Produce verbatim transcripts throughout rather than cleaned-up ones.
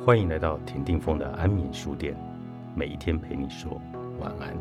欢迎来到田定峰的安眠书店，每一天陪你说晚安。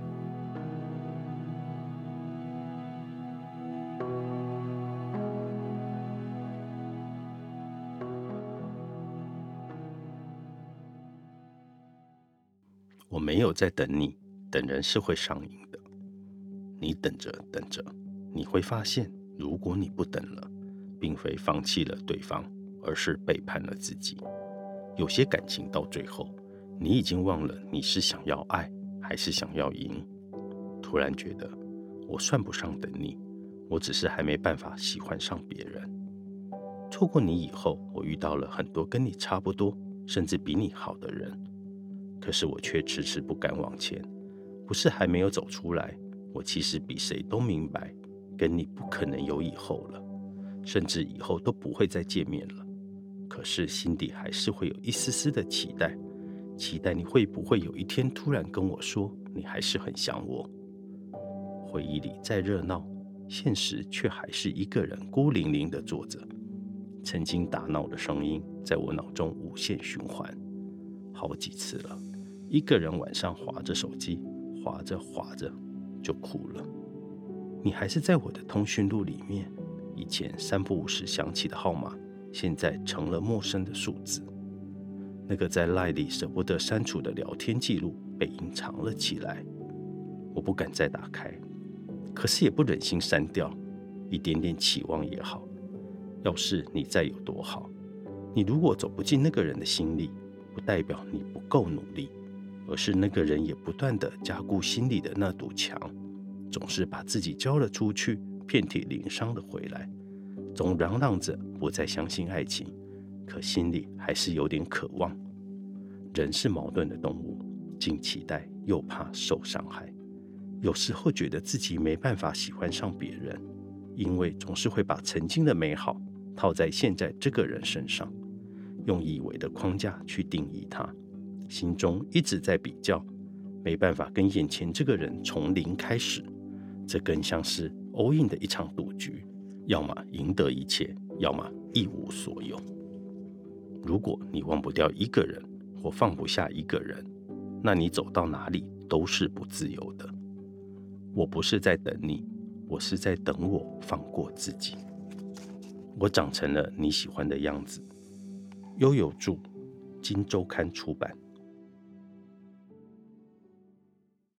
我没有在等你，等人是会上瘾的。你等着等着，你会发现，如果你不等了，并非放弃了对方，而是背叛了自己。有些感情到最后，你已经忘了你是想要爱还是想要赢。突然觉得我算不上等你，我只是还没办法喜欢上别人。错过你以后，我遇到了很多跟你差不多甚至比你好的人，可是我却迟迟不敢往前。不是还没有走出来，我其实比谁都明白，跟你不可能有以后了，甚至以后都不会再见面了。可是心底还是会有一丝丝的期待，期待你会不会有一天突然跟我说，你还是很想我。回忆里再热闹，现实却还是一个人孤零零地坐着。曾经打闹的声音在我脑中无限循环，好几次了。一个人晚上滑着手机，滑着滑着就哭了。你还是在我的通讯录里面，以前三不五时响起的号码，现在成了陌生的数字。那个在 LINE 里舍不得删除的聊天记录被隐藏了起来，我不敢再打开，可是也不忍心删掉，一点点期望也好。要是你再有多好，你如果走不进那个人的心里，不代表你不够努力，而是那个人也不断地加固心里的那堵墙，总是把自己交了出去，遍体鳞伤的回来，总嚷嚷着不再相信爱情，可心里还是有点渴望。人是矛盾的动物，既期待又怕受伤害。有时候觉得自己没办法喜欢上别人，因为总是会把曾经的美好套在现在这个人身上，用以为的框架去定义他，心中一直在比较，没办法跟眼前这个人从零开始。这更像是 all in 的一场赌局，要么赢得一切，要么一无所有。如果你忘不掉一个人，或放不下一个人，那你走到哪里都是不自由的。我不是在等你，我是在等我放过自己。我长成了你喜欢的样子。悠游著，今周刊出版。